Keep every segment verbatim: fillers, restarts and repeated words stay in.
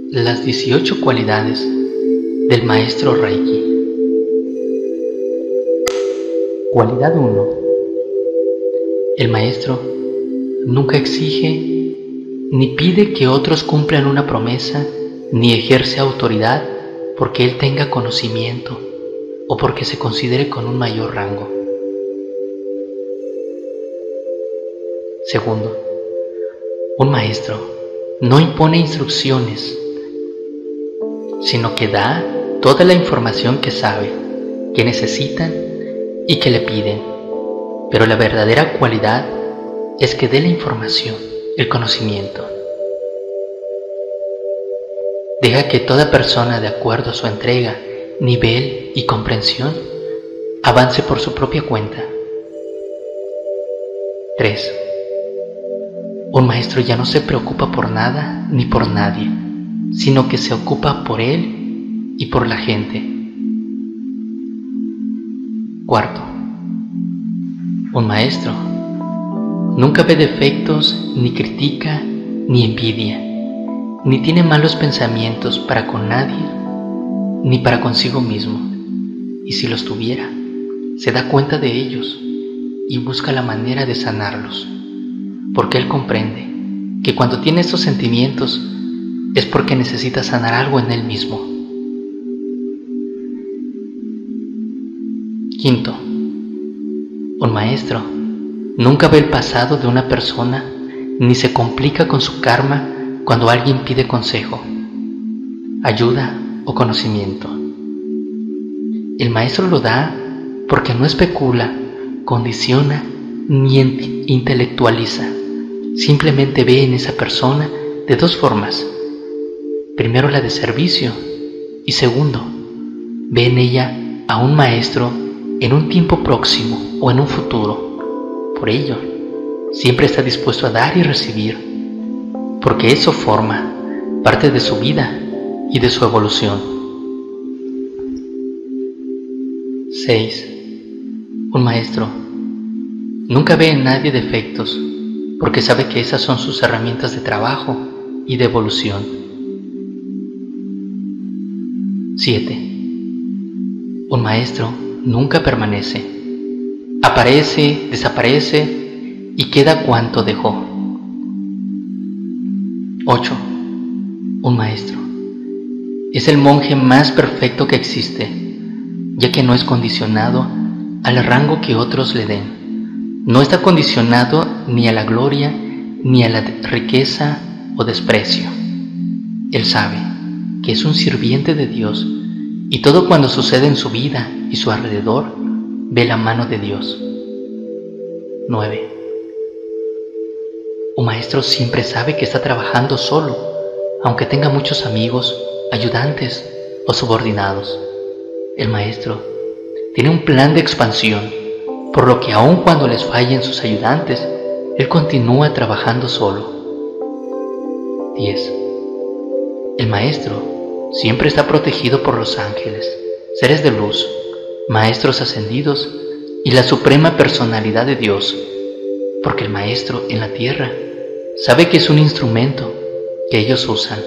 Las dieciocho cualidades del maestro Reiki. Cualidad uno. El maestro nunca exige ni pide que otros cumplan una promesa, ni ejerce autoridad porque él tenga conocimiento o porque se considere con un mayor rango. Segundo, un maestro no impone instrucciones, sino que da toda la información que sabe, que necesitan y que le piden. Pero la verdadera cualidad es que dé la información, el conocimiento. Deja que toda persona, de acuerdo a su entrega, nivel y comprensión, avance por su propia cuenta. tres. Un maestro ya no se preocupa por nada ni por nadie, sino que se ocupa por él y por la gente. Cuarto, un maestro nunca ve defectos, ni critica, ni envidia, ni tiene malos pensamientos para con nadie, ni para consigo mismo, y si los tuviera, se da cuenta de ellos y busca la manera de sanarlos, porque él comprende que cuando tiene estos sentimientos es porque necesita sanar algo en él mismo. Quinto, un maestro nunca ve el pasado de una persona ni se complica con su karma cuando alguien pide consejo, ayuda o conocimiento. El maestro lo da porque no especula, condiciona ni intelectualiza. Simplemente ve en esa persona de dos formas. Primero, la de servicio, y segundo, ve en ella a un maestro en un tiempo próximo o en un futuro. Por ello, siempre está dispuesto a dar y recibir, porque eso forma parte de su vida y de su evolución. seis. Un maestro nunca ve en nadie defectos, porque sabe que esas son sus herramientas de trabajo y de evolución. siete. Un maestro nunca permanece. Aparece, desaparece y queda cuanto dejó. ocho. Un maestro es el monje más perfecto que existe, ya que no es condicionado al rango que otros le den. No está condicionado ni a la gloria, ni a la riqueza o desprecio. Él sabe que es un sirviente de Dios y todo cuando sucede en su vida y su alrededor, ve la mano de Dios. nueve. Un maestro siempre sabe que está trabajando solo, aunque tenga muchos amigos, ayudantes o subordinados. El maestro tiene un plan de expansión, por lo que aun cuando les fallen sus ayudantes, él continúa trabajando solo. diez. El maestro siempre está protegido por los ángeles, seres de luz, maestros ascendidos y la suprema personalidad de Dios, porque el maestro en la tierra sabe que es un instrumento que ellos usan.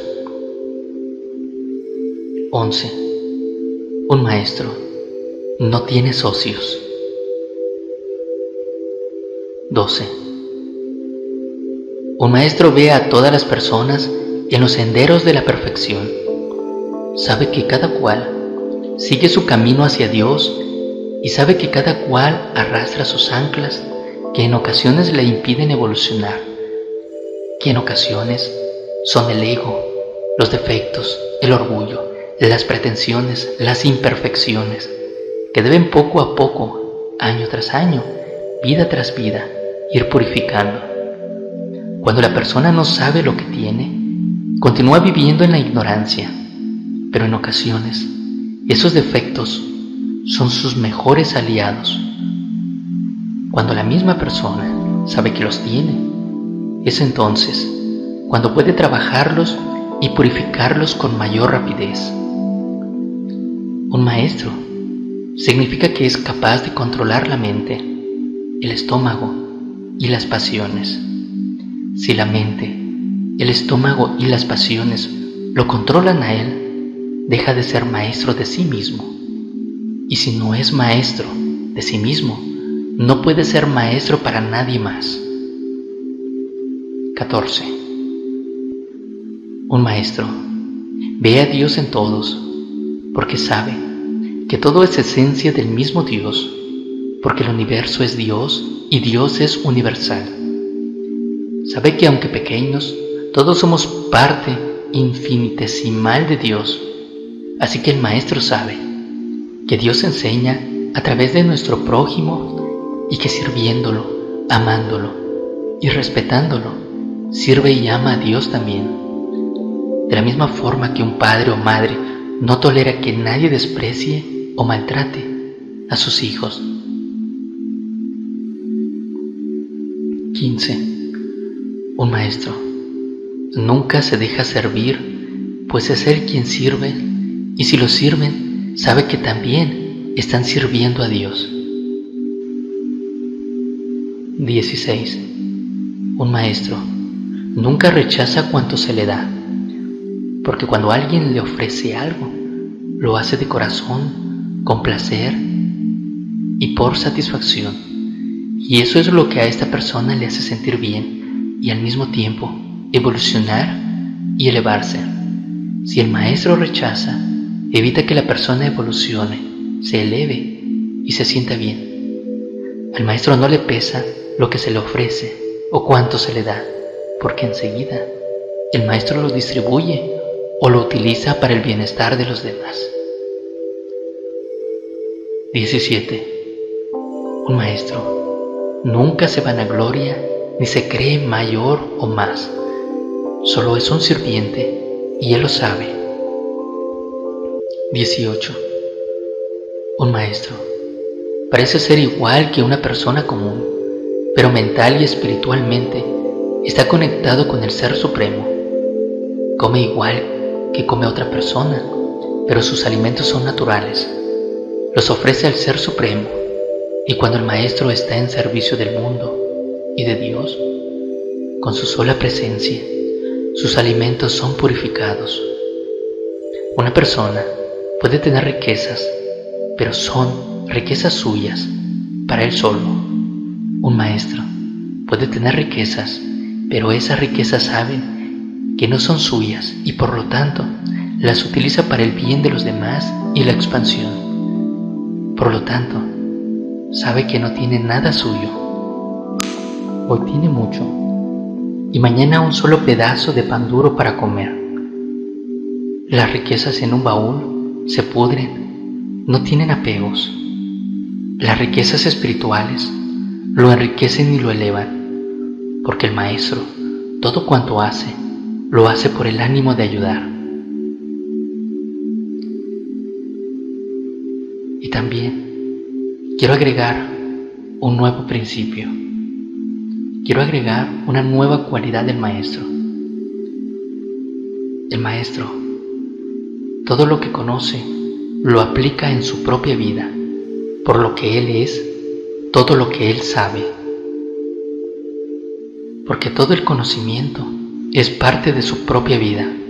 once. Un maestro no tiene socios. doce. Un maestro ve a todas las personas en los senderos de la perfección. Sabe que cada cual sigue su camino hacia Dios y sabe que cada cual arrastra sus anclas que en ocasiones le impiden evolucionar, que en ocasiones son el ego, los defectos, el orgullo, las pretensiones, las imperfecciones, que deben poco a poco, año tras año, vida tras vida, ir purificando. Cuando la persona no sabe lo que tiene, continúa viviendo en la ignorancia, pero en ocasiones esos defectos son sus mejores aliados. Cuando la misma persona sabe que los tiene, es entonces cuando puede trabajarlos y purificarlos con mayor rapidez. Un maestro significa que es capaz de controlar la mente, el estómago y las pasiones. Si la mente, el estómago y las pasiones lo controlan a él, deja de ser maestro de sí mismo. Y si no es maestro de sí mismo, no puede ser maestro para nadie más. catorce. Un maestro ve a Dios en todos, porque sabe que todo es esencia del mismo Dios, porque el universo es Dios y Dios es universal. Sabe que aunque pequeños, todos somos parte infinitesimal de Dios. Así que el maestro sabe que Dios enseña a través de nuestro prójimo y que sirviéndolo, amándolo y respetándolo, sirve y ama a Dios también. De la misma forma que un padre o madre no tolera que nadie desprecie o maltrate a sus hijos. quince. Un maestro nunca se deja servir, pues es él quien sirve, y si lo sirven, sabe que también están sirviendo a Dios. dieciséis. Un maestro nunca rechaza cuanto se le da, porque cuando alguien le ofrece algo, lo hace de corazón, con placer y por satisfacción. Y eso es lo que a esta persona le hace sentir bien y al mismo tiempo evolucionar y elevarse. Si el maestro rechaza, evita que la persona evolucione, se eleve y se sienta bien. Al maestro no le pesa lo que se le ofrece o cuánto se le da, porque enseguida el maestro lo distribuye o lo utiliza para el bienestar de los demás. diecisiete. Un maestro nunca se vanagloria ni se cree mayor o más, solo es un sirviente y él lo sabe. dieciocho. Un maestro parece ser igual que una persona común, pero mental y espiritualmente está conectado con el Ser Supremo. Come igual que come otra persona, pero sus alimentos son naturales. Los ofrece al Ser Supremo, y cuando el maestro está en servicio del mundo y de Dios, con su sola presencia, sus alimentos son purificados. Una persona puede tener riquezas, pero son riquezas suyas, para él solo. Un maestro puede tener riquezas, pero esas riquezas saben que no son suyas y por lo tanto las utiliza para el bien de los demás y la expansión. Por lo tanto, sabe que no tiene nada suyo. Hoy tiene mucho y mañana un solo pedazo de pan duro para comer. Las riquezas en un baúl se pudren, no tienen apegos. Las riquezas espirituales lo enriquecen y lo elevan, porque el maestro, todo cuanto hace, lo hace por el ánimo de ayudar. Y también quiero agregar un nuevo principio. Quiero agregar una nueva cualidad del maestro. El maestro, todo lo que conoce, lo aplica en su propia vida, por lo que él es, todo lo que él sabe. Porque todo el conocimiento es parte de su propia vida.